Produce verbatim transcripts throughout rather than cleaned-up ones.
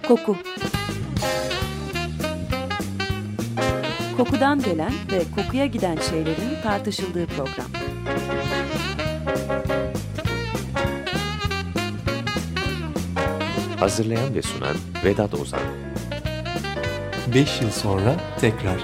Koku. Kokudan gelen ve kokuya giden şeylerin tartışıldığı program. Hazırlayan ve sunan Vedat Ozan. Beş yıl sonra tekrar.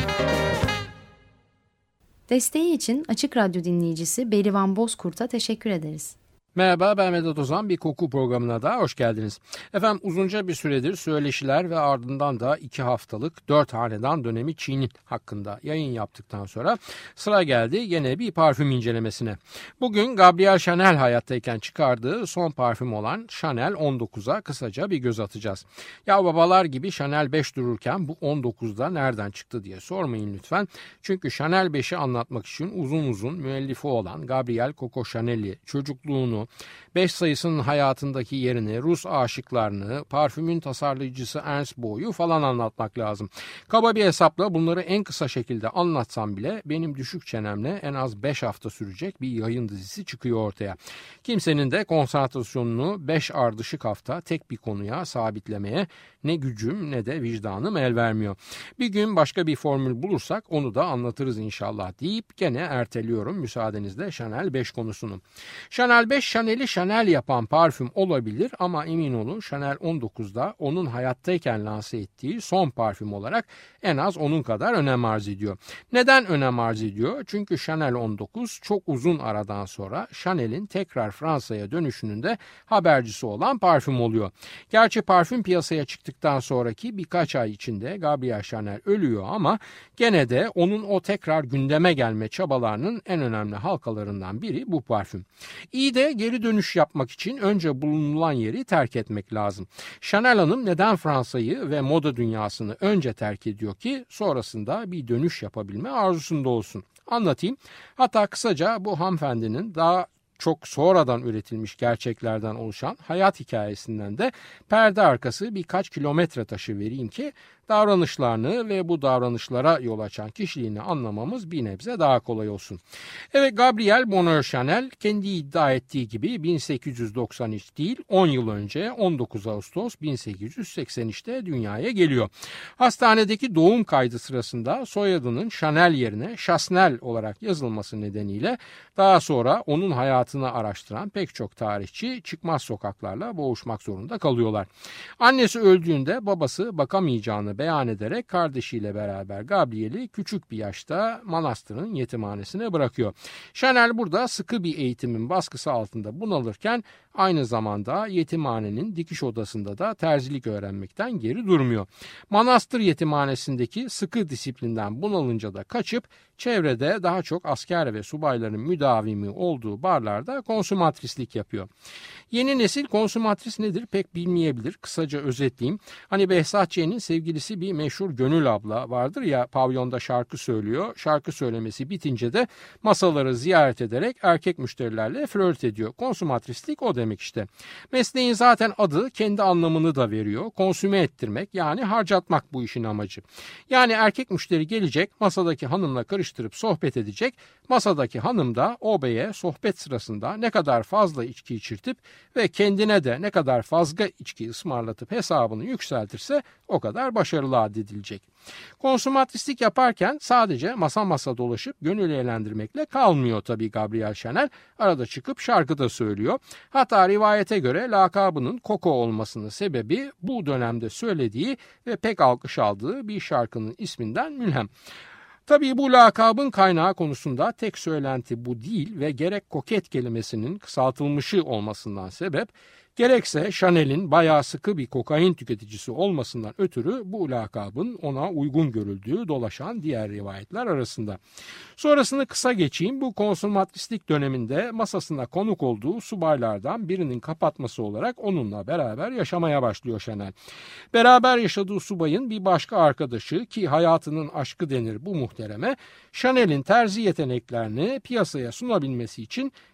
Desteği için Açık Radyo dinleyicisi Berivan Bozkurt'a teşekkür ederiz. Merhaba, ben Vedat Ozan. Bir koku programına da hoş geldiniz. Efendim, uzunca bir süredir söyleşiler ve ardından da iki haftalık dört hanedan dönemi Çin'in hakkında yayın yaptıktan sonra sıra geldi yine bir parfüm incelemesine. Bugün Gabrielle Chanel hayattayken çıkardığı son parfüm olan Chanel on dokuza kısaca bir göz atacağız. Ya babalar gibi Chanel beş dururken bu on dokuzda nereden çıktı diye sormayın lütfen. Çünkü Chanel beşi anlatmak için uzun uzun müellifi olan Gabrielle Coco Chanel'i, çocukluğunu, beş sayısının hayatındaki yerini, Rus aşıklarını, parfümün tasarlayıcısı Ernst Boy'u falan anlatmak lazım. Kaba bir hesapla bunları en kısa şekilde anlatsam bile benim düşük çenemle en az beş hafta sürecek bir yayın dizisi çıkıyor ortaya. Kimsenin de konsantrasyonunu beş ardışık hafta tek bir konuya sabitlemeye ne gücüm ne de vicdanım el vermiyor. Bir gün başka bir formül bulursak onu da anlatırız inşallah deyip gene erteliyorum müsaadenizle Chanel beş konusunu. Chanel beş Chanel'i Chanel yapan parfüm olabilir ama emin olun Chanel on dokuzda onun hayattayken lanse ettiği son parfüm olarak en az onun kadar önem arz ediyor. Neden önem arz ediyor? Çünkü Chanel on dokuz çok uzun aradan sonra Chanel'in tekrar Fransa'ya dönüşünün de habercisi olan parfüm oluyor. Gerçi parfüm piyasaya çıktıktan sonraki birkaç ay içinde Gabrielle Chanel ölüyor ama gene de onun o tekrar gündeme gelme çabalarının en önemli halkalarından biri bu parfüm. İyi de geri dönüş yapmak için önce bulunulan yeri terk etmek lazım. Chanel Hanım neden Fransa'yı ve moda dünyasını önce terk ediyor ki sonrasında bir dönüş yapabilme arzusunda olsun? Anlatayım. Hatta kısaca bu hanımefendinin daha çok sonradan üretilmiş gerçeklerden oluşan hayat hikayesinden de perde arkası birkaç kilometre taşı vereyim ki davranışlarını ve bu davranışlara yol açan kişiliğini anlamamız bir nebze daha kolay olsun. Evet, Gabrielle Bonheur Chanel kendi iddia ettiği gibi bin sekiz yüz doksan üç değil on yıl önce on dokuz Ağustos bin sekiz yüz seksen üçte dünyaya geliyor. Hastanedeki doğum kaydı sırasında soyadının Chanel yerine Chasnel olarak yazılması nedeniyle daha sonra onun hayatını araştıran pek çok tarihçi çıkmaz sokaklarla boğuşmak zorunda kalıyorlar. Annesi öldüğünde babası bakamayacağını beyan ederek kardeşiyle beraber Gabrielle'i küçük bir yaşta manastırın yetimhanesine bırakıyor. Chanel burada sıkı bir eğitimin baskısı altında bunalırken aynı zamanda yetimhanenin dikiş odasında da terzilik öğrenmekten geri durmuyor. Manastır yetimhanesindeki sıkı disiplinden bunalınca da kaçıp çevrede daha çok asker ve subayların müdavimi olduğu barlarda konsumatrislik yapıyor. Yeni nesil konsumatris nedir pek bilmeyebilir. Kısaca özetleyeyim. Hani Behzat Ç'nin sevgilisi bir meşhur Gönül abla vardır ya, pavyonda şarkı söylüyor. Şarkı söylemesi bitince de masaları ziyaret ederek erkek müşterilerle flört ediyor. Konsumatrislik o demek işte. Mesleğin zaten adı kendi anlamını da veriyor. Konsüme ettirmek, yani harcatmak bu işin amacı. Yani erkek müşteri gelecek, masadaki hanımla karıştırıp sohbet edecek. Masadaki hanım da o beye sohbet sırasında ne kadar fazla içki içirtip ve kendine de ne kadar fazla içki ısmarlatıp hesabını yükseltirse o kadar başarılı addedilecek. Konsumatrislik yaparken sadece masa masa dolaşıp gönül eğlendirmekle kalmıyor tabii Gabrielle Chanel. Arada çıkıp şarkı da söylüyor. Hatta rivayete göre lakabının Coco olmasının sebebi bu dönemde söylediği ve pek alkış aldığı bir şarkının isminden mülhem. Tabii bu lakabın kaynağı konusunda tek söylenti bu değil ve gerek koket kelimesinin kısaltılmışı olmasından sebep, gerekse Chanel'in bayağı sıkı bir kokain tüketicisi olmasından ötürü bu lakabın ona uygun görüldüğü dolaşan diğer rivayetler arasında. Sonrasını kısa geçeyim. Bu konsumatrislik döneminde masasına konuk olduğu subaylardan birinin kapatması olarak onunla beraber yaşamaya başlıyor Chanel. Beraber yaşadığı subayın bir başka arkadaşı ki hayatının aşkı denir bu muhtereme, Chanel'in terzi yeteneklerini piyasaya sunabilmesi için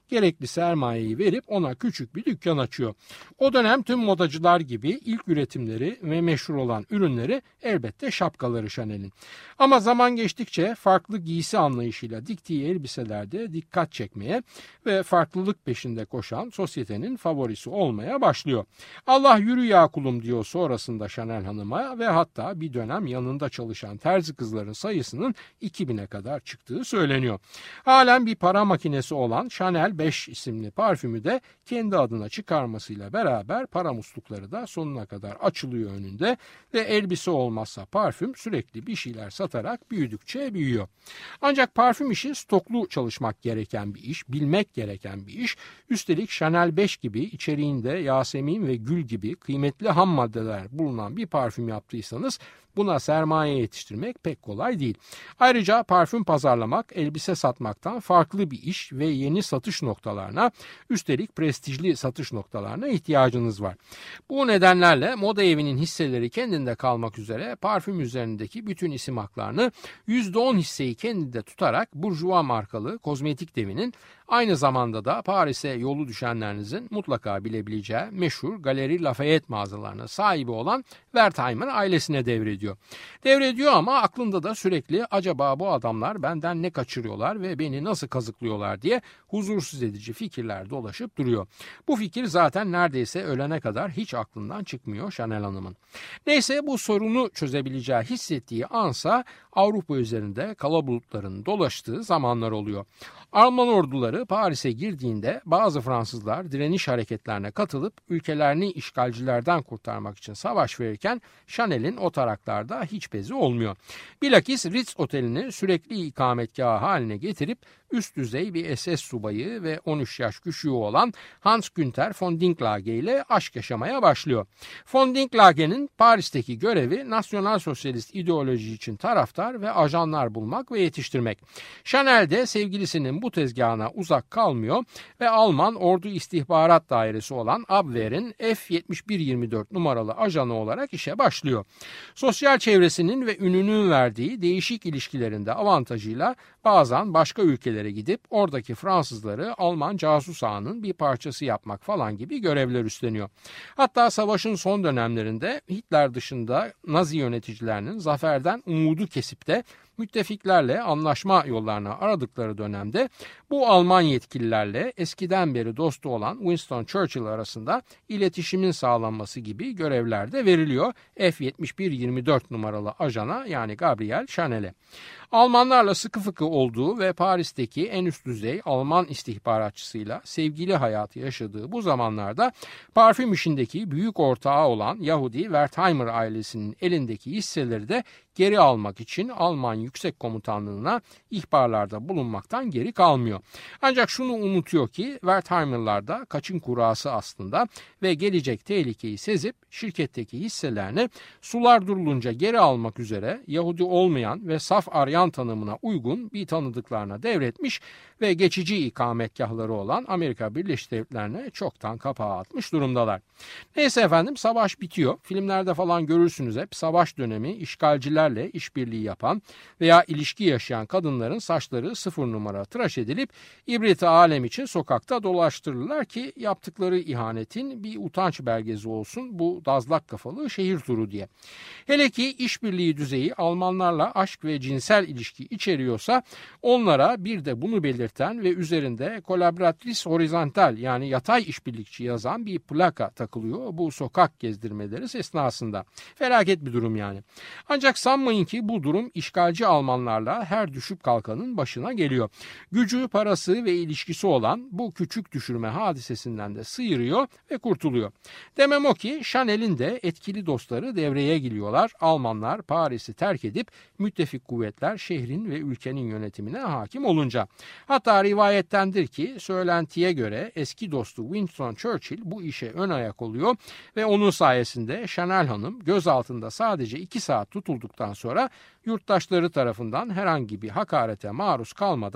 gerekli sermayeyi verip ona küçük bir dükkan açıyor. O dönem tüm modacılar gibi ilk üretimleri ve meşhur olan ürünleri elbette şapkaları Chanel'in. Ama zaman geçtikçe farklı giysi anlayışıyla diktiği elbiselerde dikkat çekmeye ve farklılık peşinde koşan sosyetenin favorisi olmaya başlıyor. Allah yürü ya kulum diyor sonrasında Chanel Hanım'a ve hatta bir dönem yanında çalışan terzi kızların sayısının iki bine kadar çıktığı söyleniyor. Halen bir para makinesi olan Chanel beş isimli parfümü de kendi adına çıkarmasıyla beraber para muslukları da sonuna kadar açılıyor önünde ve elbise olmazsa parfüm sürekli bir şeyler satarak büyüdükçe büyüyor. Ancak parfüm işi stoklu çalışmak gereken bir iş, bilmek gereken bir iş. Üstelik Chanel beş gibi içeriğinde Yasemin ve gül gibi kıymetli ham maddeler bulunan bir parfüm yaptıysanız buna sermaye yetiştirmek pek kolay değil. Ayrıca parfüm pazarlamak elbise satmaktan farklı bir iş ve yeni satış noktalarına, üstelik prestijli satış noktalarına ihtiyacınız var. Bu nedenlerle moda evinin hisseleri kendinde kalmak üzere parfüm üzerindeki bütün isim haklarını yüzde on hisseyi kendinde tutarak Bourjois markalı kozmetik devinin aynı zamanda da Paris'e yolu düşenlerinizin mutlaka bilebileceği meşhur Galeri Lafayette mağazalarına sahibi olan Wertheimer ailesine devrediyor. Devrediyor ama aklında da sürekli acaba bu adamlar benden ne kaçırıyorlar ve beni nasıl kazıklıyorlar diye huzursuz edici fikirler dolaşıp duruyor. Bu fikir zaten neredeyse ölene kadar hiç aklından çıkmıyor Chanel Hanım'ın. Neyse bu sorunu çözebileceği hissettiği ansa Avrupa üzerinde kara bulutların dolaştığı zamanlar oluyor. Alman orduları Paris'e girdiğinde bazı Fransızlar direniş hareketlerine katılıp ülkelerini işgalcilerden kurtarmak için savaş verirken Chanel'in o taraklarda hiç bezi olmuyor. Bilakis Ritz Oteli'ni sürekli ikametgahı haline getirip üst düzey bir S S subayı ve on üç yaş küçüğü olan Hans Günther von Dinklage ile aşk yaşamaya başlıyor. Von Dinklage'nin Paris'teki görevi nasyonal sosyalist ideoloji için taraftar ve ajanlar bulmak ve yetiştirmek. Chanel de sevgilisinin bu tezgahına uzak kalmıyor ve Alman Ordu İstihbarat Dairesi olan Abwehr'in F yetmiş bir yirmi dört numaralı ajanı olarak işe başlıyor. Sosyal çevresinin ve ününün verdiği değişik ilişkilerinde avantajıyla bazen başka ülkelere gidip oradaki Fransızları Alman casus ağının bir parçası yapmak falan gibi görevler üstleniyor. Hatta savaşın son dönemlerinde Hitler dışında Nazi yöneticilerinin zaferden umudu kesip de müttefiklerle anlaşma yollarını aradıkları dönemde bu Alman yetkililerle eskiden beri dostu olan Winston Churchill arasında iletişimin sağlanması gibi görevler de veriliyor F yetmiş bir yirmi dört numaralı ajana yani Gabriel Chanel'e. Almanlarla sıkı fıkı olduğu ve Paris'teki en üst düzey Alman istihbaratçısıyla sevgili hayatı yaşadığı bu zamanlarda parfüm işindeki büyük ortağı olan Yahudi Wertheimer ailesinin elindeki hisseleri de geri almak için Alman Yüksek Komutanlığı'na ihbarlarda bulunmaktan geri kalmıyor. Ancak şunu unutuyor ki Wertheimer'lar da kaçın kurası aslında ve gelecek tehlikeyi sezip şirketteki hisselerini sular durulunca geri almak üzere Yahudi olmayan ve saf Aryan tanımına uygun bir tanıdıklarına devretmiş ve geçici ikametgahları olan Amerika Birleşik Devletleri'ne çoktan kapağı atmış durumdalar. Neyse efendim savaş bitiyor. Filmlerde falan görürsünüz hep savaş dönemi işgalcilerle işbirliği yapan veya ilişki yaşayan kadınların saçları sıfır numara tıraş edilip ibreti alem için sokakta dolaştırırlar ki yaptıkları ihanetin bir utanç belgesi olsun bu dazlak kafalı şehir turu diye. Hele ki işbirliği düzeyi Almanlarla aşk ve cinsel ilişki içeriyorsa onlara bir de bunu belirten ve üzerinde Collaboratrice Horizontal yani yatay işbirlikçi yazan bir plaka takılıyor bu sokak gezdirmeleri esnasında. Felaket bir durum yani. Ancak sanmayın ki bu durum işgalci Almanlarla her düşüp kalkanın başına geliyor. Gücü, parası ve ilişkisi olan bu küçük düşürme hadisesinden de sıyırıyor ve kurtuluyor. Demem o ki Chanel'in de etkili dostları devreye giriyorlar. Almanlar Paris'i terk edip müttefik kuvvetler şehrin ve ülkenin yönetimine hakim olunca. Hatta rivayettendir ki söylentiye göre eski dostu Winston Churchill bu işe ön ayak oluyor ve onun sayesinde Chanel Hanım gözaltında sadece iki saat tutulduktan sonra yurttaşları tarafından herhangi bir hakarete maruz kalmadan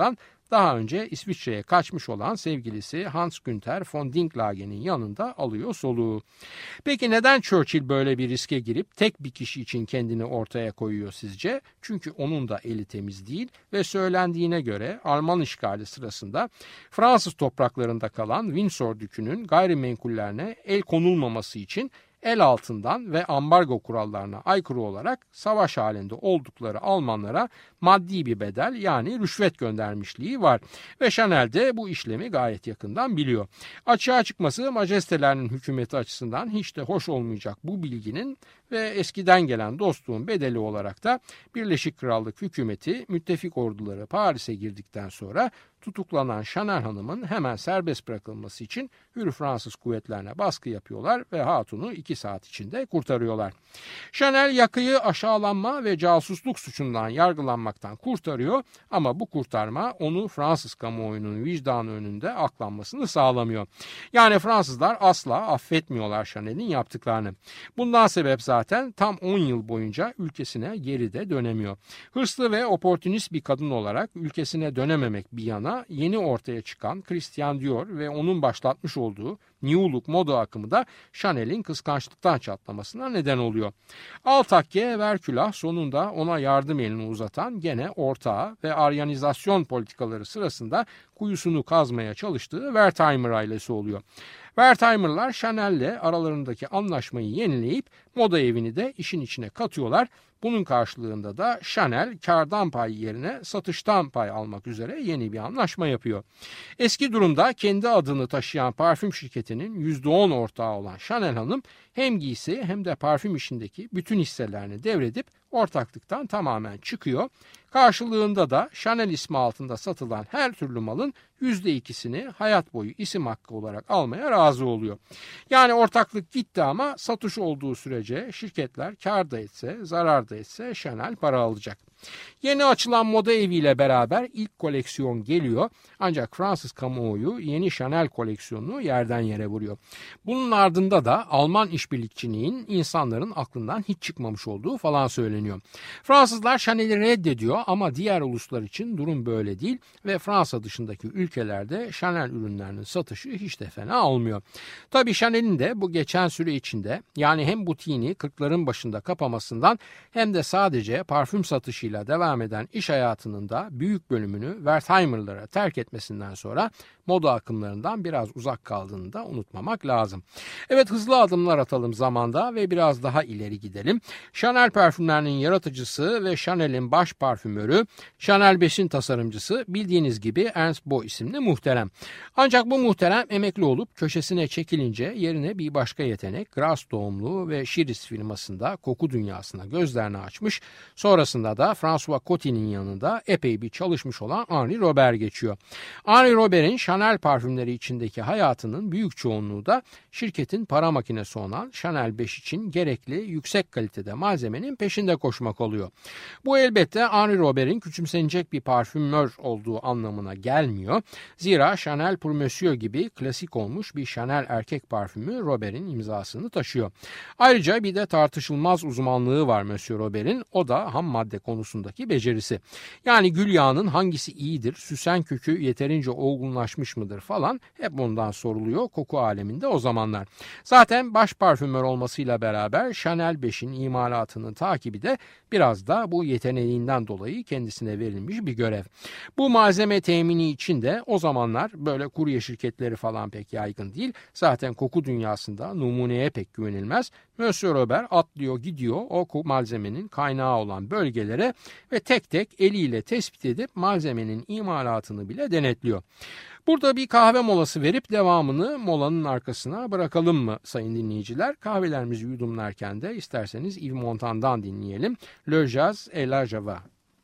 daha önce İsviçre'ye kaçmış olan sevgilisi Hans Günther von Dinklage'nin yanında alıyor soluğu. Peki neden Churchill böyle bir riske girip tek bir kişi için kendini ortaya koyuyor sizce? Çünkü onun da eli temiz değil ve söylendiğine göre Alman işgali sırasında Fransız topraklarında kalan Windsor Dükü'nün gayrimenkullerine el konulmaması için el altından ve ambargo kurallarına aykırı olarak savaş halinde oldukları Almanlara maddi bir bedel yani rüşvet göndermişliği var. Ve Chanel de bu işlemi gayet yakından biliyor. Açığa çıkması majestelerinin hükümeti açısından hiç de hoş olmayacak bu bilginin ve eskiden gelen dostluğun bedeli olarak da Birleşik Krallık hükümeti müttefik orduları Paris'e girdikten sonra tutuklanan Chanel Hanım'ın hemen serbest bırakılması için Hür Fransız kuvvetlerine baskı yapıyorlar ve hatunu iki saat içinde kurtarıyorlar. Chanel yakayı aşağılanma ve casusluk suçundan yargılanmaktan kurtarıyor ama bu kurtarma onu Fransız kamuoyunun vicdanı önünde aklanmasını sağlamıyor. Yani Fransızlar asla affetmiyorlar Chanel'in yaptıklarını. Bundan sebep zaten tam on yıl boyunca ülkesine geri de dönemiyor. Hırslı ve oportunist bir kadın olarak ülkesine dönememek bir yana yeni ortaya çıkan Christian Dior ve onun başlatmış olduğu New Look moda akımı da Chanel'in kıskançlıktan çatlamasına neden oluyor. Al takke ver külah sonunda ona yardım elini uzatan gene ortağı ve aryanizasyon politikaları sırasında kuyusunu kazmaya çalıştığı Wertheimer ailesi oluyor. Wertheimer'lar Chanel'le aralarındaki anlaşmayı yenileyip moda evini de işin içine katıyorlar. Bunun karşılığında da Chanel kârdan pay yerine satıştan pay almak üzere yeni bir anlaşma yapıyor. Eski durumda kendi adını taşıyan parfüm şirketinin yüzde on ortağı olan Chanel Hanım hem giysi hem de parfüm işindeki bütün hisselerini devredip ortaklıktan tamamen çıkıyor. Karşılığında da Chanel ismi altında satılan her türlü malın yüzde ikisini hayat boyu isim hakkı olarak almaya razı oluyor. Yani ortaklık gitti ama satış olduğu sürece şirketler kar da etse zarar da etse Chanel para alacak. Yeni açılan moda eviyle beraber ilk koleksiyon geliyor ancak Fransız kamuoyu yeni Chanel koleksiyonunu yerden yere vuruyor. Bunun ardında da Alman işbirlikçiliğin insanların aklından hiç çıkmamış olduğu falan söyleniyor. Fransızlar Chanel'i reddediyor ama diğer uluslar için durum böyle değil ve Fransa dışındaki ülkelerde Chanel ürünlerinin satışı hiç de fena olmuyor. Tabii Chanel'in de bu geçen süre içinde yani hem butiğini kırkların başında kapamasından hem de sadece parfüm satışı devam eden iş hayatının da büyük bölümünü Wertheimer'lara terk etmesinden sonra moda akımlarından biraz uzak kaldığını da unutmamak lazım. Evet hızlı adımlar atalım zamanda ve biraz daha ileri gidelim. Chanel parfümlerinin yaratıcısı ve Chanel'in baş parfümörü, Chanel beşin tasarımcısı bildiğiniz gibi Ernst Beau isimli muhterem. Ancak bu muhterem emekli olup köşesine çekilince yerine bir başka yetenek Grasse doğumlu ve Chiris firmasında koku dünyasına gözlerini açmış. Sonrasında da François Coty'nin yanında epey bir çalışmış olan Henri Robert geçiyor. Henri Robert'in Chanel parfümleri içindeki hayatının büyük çoğunluğu da şirketin para makinesi olan Chanel beş için gerekli yüksek kalitede malzemenin peşinde koşmak oluyor. Bu elbette Henri Robert'in küçümsenecek bir parfümör olduğu anlamına gelmiyor. Zira Chanel pour Monsieur gibi klasik olmuş bir Chanel erkek parfümü Robert'in imzasını taşıyor. Ayrıca bir de tartışılmaz uzmanlığı var Monsieur Robert'in, o da ham madde konusundaki becerisi. Yani gül yağının hangisi iyidir, süsen kökü yeterince olgunlaşmış mıdır falan hep bundan soruluyor koku aleminde o zamanlar. Zaten baş parfümör olmasıyla beraber Chanel beşin imalatının takibi de biraz da bu yeteneğinden dolayı kendisine verilmiş bir görev. Bu malzeme temini için de o zamanlar böyle kurye şirketleri falan pek yaygın değil. Zaten koku dünyasında numuneye pek güvenilmez. Monsieur Robert atlıyor gidiyor o malzemenin kaynağı olan bölgelere ve tek tek eliyle tespit edip malzemenin imalatını bile denetliyor. Burada bir kahve molası verip devamını molanın arkasına bırakalım mı sayın dinleyiciler? Kahvelerimizi yudumlarken de isterseniz Yves Montan'dan dinleyelim. Le Jazz et la Java.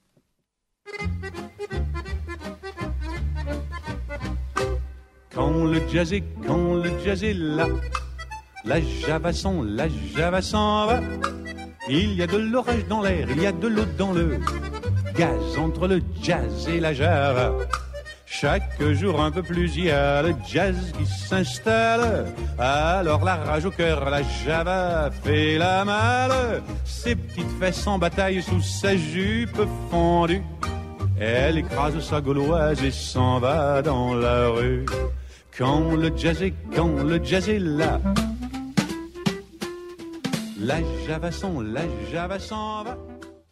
Quand le jazz est, quand le jazz est là, la java s'en, la java s'en va. Il y a de l'orage dans l'air, il y a de l'eau dans le gaz entre le jazz et la java. Chaque jour un peu plus il y a le jazz qui s'installe. Alors la rage au cœur, la java fait la malle. Ses petites fesses en bataille sous sa jupe fondue. Elle écrase sa gauloise et s'en va dans la rue. Quand le jazz est, quand le jazz est là, la Javasson, la Javasson va.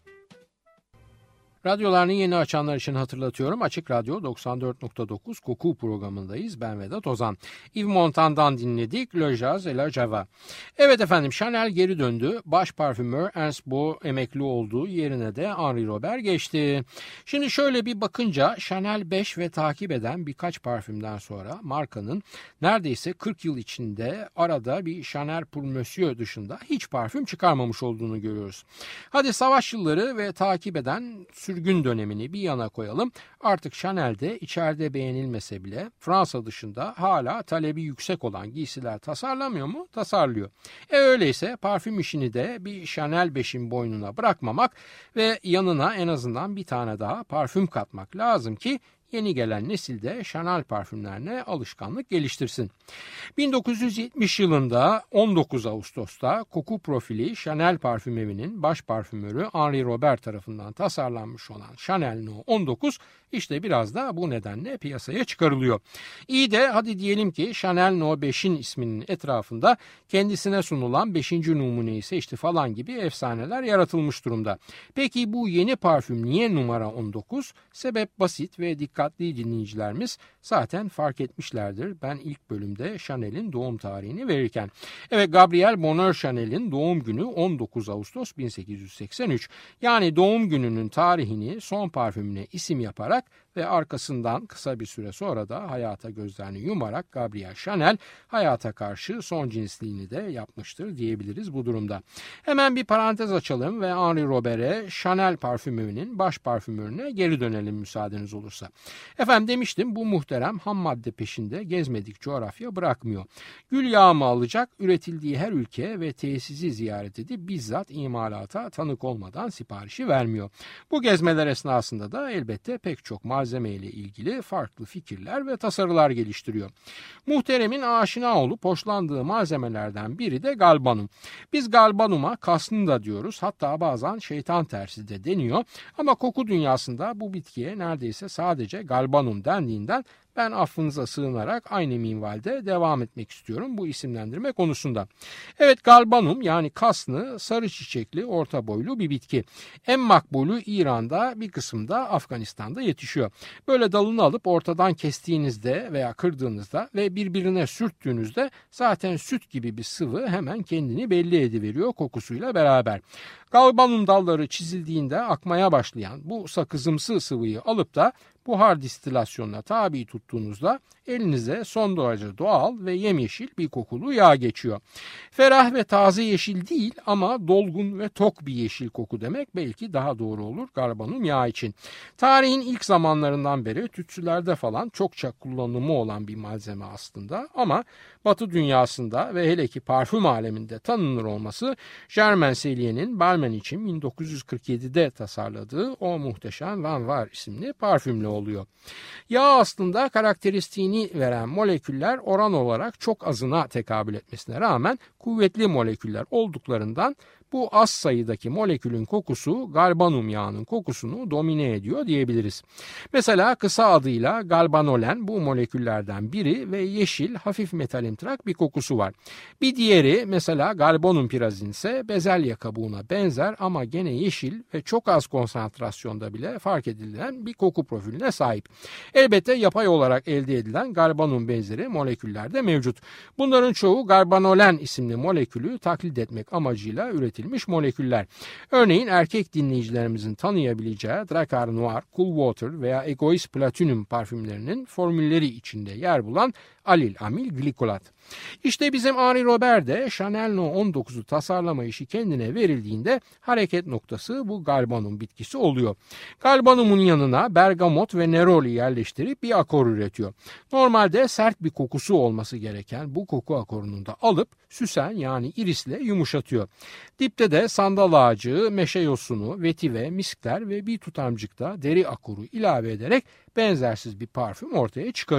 Radyolarını yeni açanlar için hatırlatıyorum. Açık Radyo doksan dört nokta dokuz Koku programındayız. Ben Vedat Ozan. Yves Montan'dan dinledik. Le Jazz et la Java. Evet efendim, Chanel geri döndü. Baş parfümör Ernst Beau emekli olduğu yerine de Henri Robert geçti. Şimdi şöyle bir bakınca Chanel beş ve takip eden birkaç parfümden sonra markanın neredeyse kırk yıl içinde arada bir Chanel pour Monsieur dışında hiç parfüm çıkarmamış olduğunu görüyoruz. Hadi savaş yılları ve takip eden sürgün dönemini bir yana koyalım. Artık Chanel'de içeride beğenilmese bile Fransa dışında hala talebi yüksek olan giysiler tasarlamıyor mu? Tasarlıyor. E öyleyse parfüm işini de bir Chanel beşin boynuna bırakmamak ve yanına en azından bir tane daha parfüm katmak lazım ki yeni gelen nesilde Chanel parfümlerine alışkanlık geliştirsin. bin dokuz yüz yetmiş yılında on dokuz Ağustos'ta koku profili Chanel parfüm evinin baş parfümörü Henri Robert tarafından tasarlanmış olan Chanel No on dokuz işte biraz da bu nedenle piyasaya çıkarılıyor. İyi de hadi diyelim ki Chanel No beşin isminin etrafında kendisine sunulan beşinci numuneyi seçti falan gibi efsaneler yaratılmış durumda. Peki bu yeni parfüm niye numara on dokuz? Sebep basit ve dikkatli dinleyicilerimiz zaten fark etmişlerdir. Ben ilk bölümde Chanel'in doğum tarihini verirken. Evet, Gabriel Bonheur Chanel'in doğum günü on dokuz Ağustos bin sekiz yüz seksen üç. Yani doğum gününün tarihini son parfümüne isim yaparak ve arkasından kısa bir süre sonra da hayata gözlerini yumarak Gabriel Chanel hayata karşı son cinsliğini de yapmıştır diyebiliriz bu durumda. Hemen bir parantez açalım ve Henri Robert'e Chanel parfümörünün baş parfümörüne geri dönelim müsaadeniz olursa. Efendim demiştim, bu muhterem ham madde peşinde gezmedik coğrafya bırakmıyor. Gül yağı mı alacak, üretildiği her ülke ve tesisi ziyaret edip bizzat imalata tanık olmadan siparişi vermiyor. Bu gezmeler esnasında da elbette pek çok malzeme ile ilgili farklı fikirler ve tasarılar geliştiriyor. Muhteremin aşina olup hoşlandığı malzemelerden biri de galbanum. Biz galbanuma kasnı da diyoruz, hatta bazen şeytan tersi de deniyor ama koku dünyasında bu bitkiye neredeyse sadece galbanum dendiğinden ben affınıza sığınarak aynı minvalde devam etmek istiyorum bu isimlendirme konusunda. Evet, galbanum yani kasnı sarı çiçekli orta boylu bir bitki. En makbulü İran'da, bir kısımda Afganistan'da yetişiyor. Böyle dalını alıp ortadan kestiğinizde veya kırdığınızda ve birbirine sürttüğünüzde zaten süt gibi bir sıvı hemen kendini belli ediveriyor kokusuyla beraber. Galbanum dalları çizildiğinde akmaya başlayan bu sakızımsı sıvıyı alıp da buhar distilasyonuna tabi tuttuğunuzda elinize son derece doğal ve yemyeşil bir kokulu yağ geçiyor. Ferah ve taze yeşil değil ama dolgun ve tok bir yeşil koku demek belki daha doğru olur galbanum yağı için. Tarihin ilk zamanlarından beri tütsülerde falan çokça kullanımı olan bir malzeme aslında ama Batı dünyasında ve hele ki parfüm aleminde tanınır olması Germain Cellier'in Balmain için bin dokuz yüz kırk yedide tasarladığı o muhteşem Van Var isimli parfümle oluyor. Yağ aslında karakteristiğini veren moleküller oran olarak çok azına tekabül etmesine rağmen kuvvetli moleküller olduklarından bu az sayıdaki molekülün kokusu galbanum yağının kokusunu domine ediyor diyebiliriz. Mesela kısa adıyla galbanolen bu moleküllerden biri ve yeşil hafif metalimtrak bir kokusu var. Bir diğeri mesela galbanum pirazin ise bezelye kabuğuna benzer ama gene yeşil ve çok az konsantrasyonda bile fark edilen bir koku profiline sahip. Elbette yapay olarak elde edilen galbanum benzeri moleküller de mevcut. Bunların çoğu galbanolen isimli molekülü taklit etmek amacıyla üretilmiş moleküller. Örneğin erkek dinleyicilerimizin tanıyabileceği Drakkar Noir, Cool Water veya Egoist Platinum parfümlerinin formülleri içinde yer bulan alil amil glikolat. İşte bizim Henri Robert de Chanel No on dokuzu tasarlama işi kendine verildiğinde hareket noktası bu galbanum bitkisi oluyor. Galbanumun yanına bergamot ve neroli yerleştirip bir akor üretiyor. Normalde sert bir kokusu olması gereken bu koku akorunu da alıp süsen yani irisle yumuşatıyor. Dipte de sandal ağacı, meşe yosunu, vetive, miskler ve bir tutamcık da deri akoru ilave ederek benzersiz bir parfüm ortaya çıkarıyor.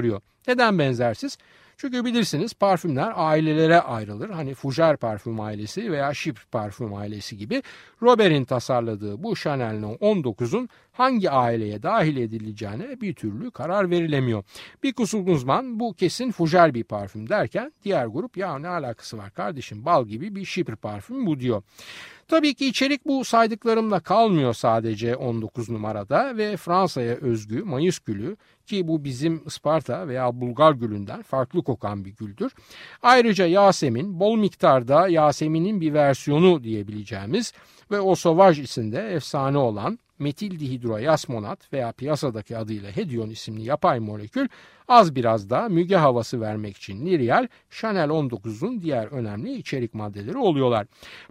Neden benzersiz? Çünkü bilirsiniz parfümler ailelere ayrılır. Hani Fougère parfüm ailesi veya Chypre parfüm ailesi gibi. Robert'in tasarladığı bu Chanel No on dokuzun hangi aileye dahil edileceğine bir türlü karar verilemiyor. Bir kısım uzman bu kesin Fougère bir parfüm derken diğer grup ya ne alakası var kardeşim bal gibi bir Chypre parfüm bu diyor. Tabii ki içerik bu saydıklarımla kalmıyor sadece on dokuz numarada ve Fransa'ya özgü Mayıs gülü ki bu bizim Isparta veya Bulgar gülünden farklı kokan bir güldür. Ayrıca Yasemin, bol miktarda Yasemin'in bir versiyonu diyebileceğimiz ve o Sauvage isimde efsane olan metil dihidroyasmonat veya piyasadaki adıyla Hedion isimli yapay molekül az biraz da müge havası vermek için L'Oréal, Chanel on dokuzun diğer önemli içerik maddeleri oluyorlar.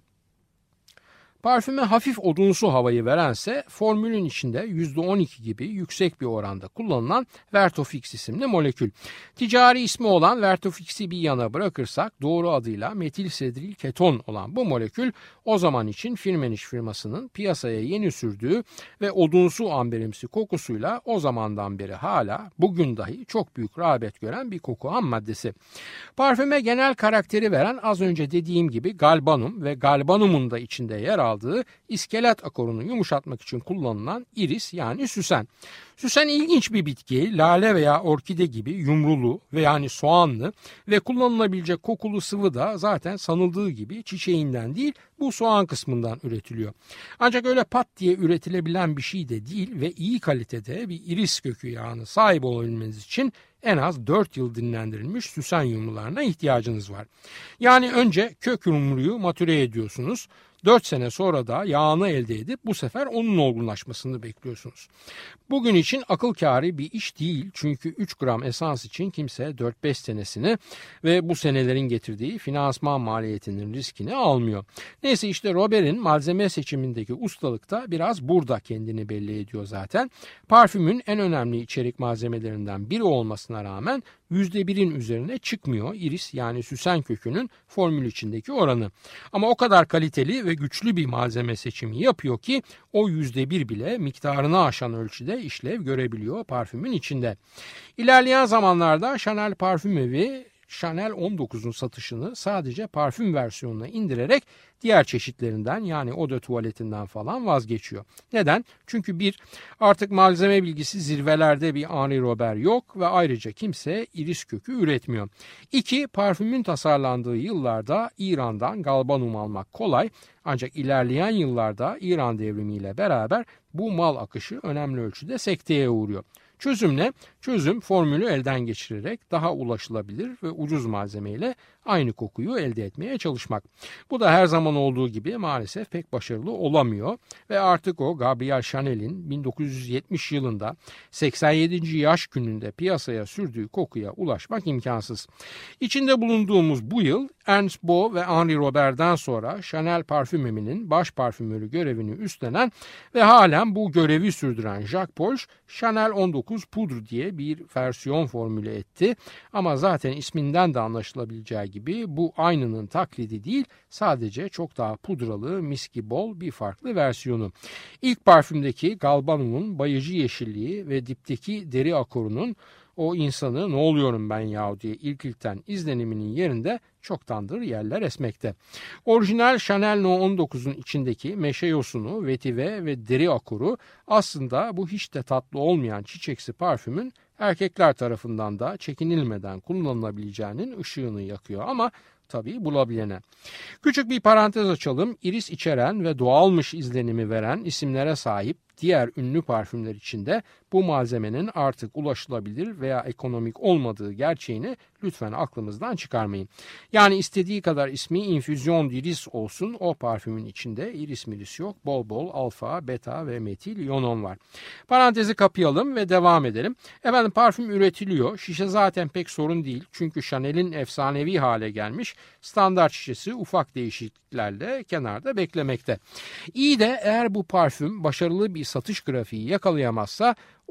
Parfüme hafif odunsu havayı verense formülün içinde yüzde on iki gibi yüksek bir oranda kullanılan Vertofix isimli molekül. Ticari ismi olan Vertofix'i bir yana bırakırsak doğru adıyla metil sedril keton olan bu molekül o zaman için Firmenich firmasının piyasaya yeni sürdüğü ve odunsu amberimsi kokusuyla o zamandan beri hala bugün dahi çok büyük rağbet gören bir koku ham maddesi. Parfüme genel karakteri veren az önce dediğim gibi galbanum ve galbanumun da içinde yer aldığı iskelet akorunu yumuşatmak için kullanılan iris yani süsen. Süsen ilginç bir bitki, lale veya orkide gibi yumrulu ve yani soğanlı ve kullanılabilecek kokulu sıvı da zaten sanıldığı gibi çiçeğinden değil bu soğan kısmından üretiliyor. Ancak öyle pat diye üretilebilen bir şey de değil ve iyi kalitede bir iris kökü yağına sahip olabilmeniz için en az dört yıl dinlendirilmiş süsen yumrularına ihtiyacınız var. Yani önce kök yumruyu matüre ediyorsunuz. dört sene sonra da yağını elde edip bu sefer onun olgunlaşmasını bekliyorsunuz. Bugün için akıl kârı bir iş değil çünkü üç gram esans için kimse dört beş senesini ve bu senelerin getirdiği finansman maliyetinin riskini almıyor. Neyse işte Robert'in malzeme seçimindeki ustalık da biraz burada kendini belli ediyor zaten. Parfümün en önemli içerik malzemelerinden biri olmasına rağmen yüzde birin üzerine çıkmıyor iris yani süsen kökünün formül içindeki oranı. Ama o kadar kaliteli ve güçlü bir malzeme seçimi yapıyor ki o yüzde bir bile miktarını aşan ölçüde işlev görebiliyor parfümün içinde. İlerleyen zamanlarda Chanel Parfüm Evi Chanel on dokuzun satışını sadece parfüm versiyonuna indirerek diğer çeşitlerinden yani eau de tuvaletinden falan vazgeçiyor. Neden? Çünkü bir, artık malzeme bilgisi zirvelerde bir Henri Robert yok ve ayrıca kimse iris kökü üretmiyor. İki, parfümün tasarlandığı yıllarda İran'dan galbanum almak kolay ancak ilerleyen yıllarda İran devrimiyle beraber bu mal akışı önemli ölçüde sekteye uğruyor. Çözüm ne? Çözüm formülü elden geçirerek daha ulaşılabilir ve ucuz malzemeyle aynı kokuyu elde etmeye çalışmak. Bu da her zaman olduğu gibi maalesef pek başarılı olamıyor ve artık o Gabrielle Chanel'in bin dokuz yüz yetmiş yılında seksen yedinci yaş gününde piyasaya sürdüğü kokuya ulaşmak imkansız. İçinde bulunduğumuz bu yıl Ernst Beau ve Henri Robert'den sonra Chanel Parfüm Evi'nin baş parfümörü görevini üstlenen ve halen bu görevi sürdüren Jacques Polch, Chanel on dokuz Poudre diye bir versiyon formüle etti. Ama zaten isminden de anlaşılabileceği gibi bu aynının taklidi değil, sadece çok daha pudralı, miski bol bir farklı versiyonu. İlk parfümdeki galbanumun bayıcı yeşilliği ve dipteki deri akorunun o insanı ne oluyorum ben yahu diye ilk ilkten izleniminin yerinde çoktandır yerler esmekte. Orijinal Chanel No on dokuzun içindeki meşe yosunu, vetive ve deri akoru aslında bu hiç de tatlı olmayan çiçeksi parfümün erkekler tarafından da çekinilmeden kullanılabileceğinin ışığını yakıyor ama tabii bulabilene. Küçük bir parantez açalım. İris içeren ve doğalmış izlenimi veren isimlere sahip diğer ünlü parfümler içinde bu malzemenin artık ulaşılabilir veya ekonomik olmadığı gerçeğini lütfen aklımızdan çıkarmayın. Yani istediği kadar ismi infüzyon d'iris olsun, o parfümün içinde iris miris yok. Bol bol alfa, beta ve metil iyonon var. Parantezi kapayalım ve devam edelim. Efendim parfüm üretiliyor. Şişe zaten pek sorun değil. Çünkü Chanel'in efsanevi hale gelmiş standart şişesi ufak değişikliklerle kenarda beklemekte. İyi de eğer bu parfüm başarılı bir satış grafiği yakalayamazsa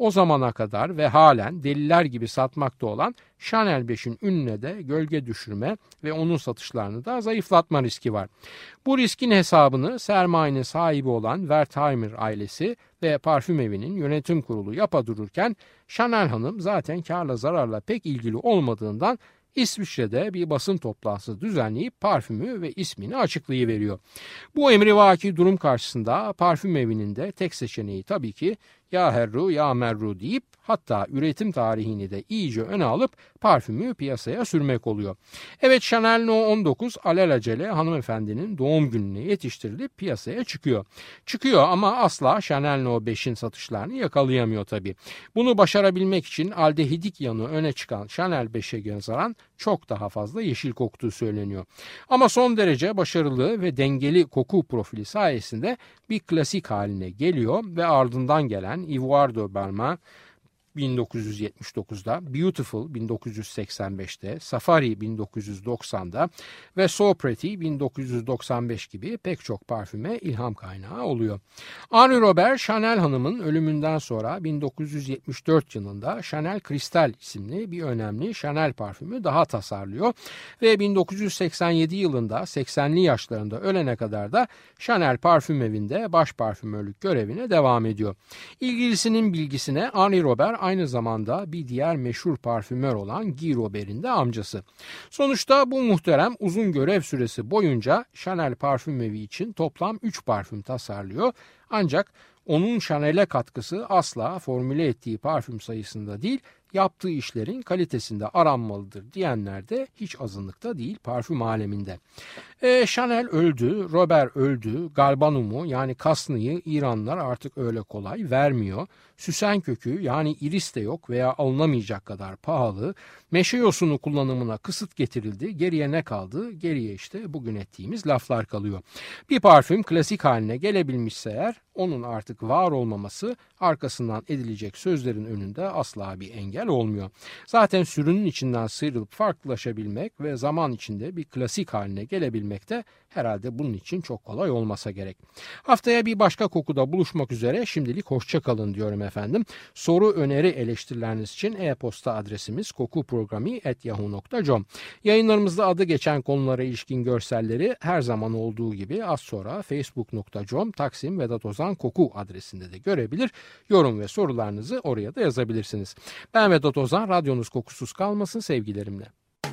o zamana kadar ve halen deliler gibi satmakta olan Chanel beşin ününe de gölge düşürme ve onun satışlarını da zayıflatma riski var. Bu riskin hesabını sermayenin sahibi olan Wertheimer ailesi ve parfüm evinin yönetim kurulu yapa dururken Chanel Hanım zaten karla zararla pek ilgili olmadığından İsviçre'de bir basın toplantısı düzenleyip parfümü ve ismini açıklayıveriyor. Bu emrivaki durum karşısında parfüm evinin de tek seçeneği tabii ki ya herru ya merru deyip hatta üretim tarihini de iyice öne alıp parfümü piyasaya sürmek oluyor. Evet, Chanel No on dokuz alelacele hanımefendinin doğum gününe yetiştirilip piyasaya çıkıyor. Çıkıyor ama asla Chanel No beşin satışlarını yakalayamıyor tabii. Bunu başarabilmek için aldehidik yanı öne çıkan Chanel beşe nazaran çok daha fazla yeşil koktuğu söyleniyor. Ama son derece başarılı ve dengeli koku profili sayesinde bir klasik haline geliyor ve ardından gelen Ivoire de Balmain bin dokuz yüz yetmiş dokuzda, Beautiful bin dokuz yüz seksen beşte, Safari bin dokuz yüz doksanda ve So Pretty bin dokuz yüz doksan beş gibi pek çok parfüme ilham kaynağı oluyor. Henri Robert, Chanel Hanım'ın ölümünden sonra bin dokuz yüz yetmiş dört yılında Chanel Cristal isimli bir önemli Chanel parfümü daha tasarlıyor ve bin dokuz yüz seksen yedi yılında seksenli yaşlarında ölene kadar da Chanel parfüm evinde baş parfümörlük görevine devam ediyor. İlgilisinin bilgisine Henri Robert aynı zamanda bir diğer meşhur parfümör olan Guy Robert'in de amcası. Sonuçta bu muhterem uzun görev süresi boyunca Chanel parfüm evi için toplam üç parfüm tasarlıyor. Ancak onun Chanel'e katkısı asla formüle ettiği parfüm sayısında değil, yaptığı işlerin kalitesinde aranmalıdır diyenler de hiç azınlıkta değil parfüm aleminde. E, Chanel öldü, Robert öldü, Galbanum'u yani Kasnı'yı İranlılar artık öyle kolay vermiyor. Süsen kökü yani iris de yok veya alınamayacak kadar pahalı. Meşe yosunu kullanımına kısıt getirildi. Geriye ne kaldı? Geriye işte bugün ettiğimiz laflar kalıyor. Bir parfüm klasik haline gelebilmişse eğer onun artık var olmaması arkasından edilecek sözlerin önünde asla bir engel olmuyor. Zaten sürünün içinden sıyrılıp farklılaşabilmek ve zaman içinde bir klasik haline gelebilmek de herhalde bunun için çok kolay olmasa gerek. Haftaya bir başka kokuda buluşmak üzere. Şimdilik hoşça kalın diyorum efendim. Soru, öneri, eleştirileriniz için e-posta adresimiz kokuprogrami at yahoo nokta com. Yayınlarımızda adı geçen konulara ilişkin görselleri her zaman olduğu gibi az sonra facebook nokta com Taksim Vedat Ozan Koku adresinde de görebilir. Yorum ve sorularınızı oraya da yazabilirsiniz. Ben Vedat Ozan, radyonuz kokusuz kalmasın sevgilerimle.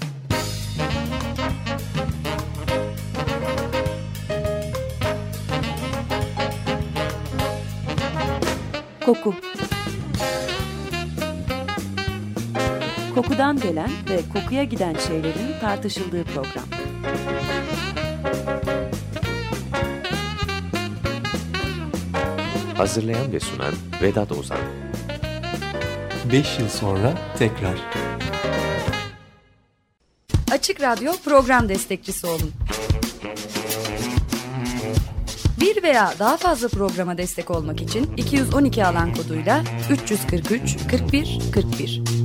Koku. Kokudan gelen ve kokuya giden şeylerin tartışıldığı program. Hazırlayan ve sunan Vedat Ozan. Beş yıl sonra tekrar. Açık Radyo program destekçisi olun. Bir veya daha fazla programa destek olmak için iki yüz on iki alan koduyla üç yüz kırk üç kırk bir kırk bir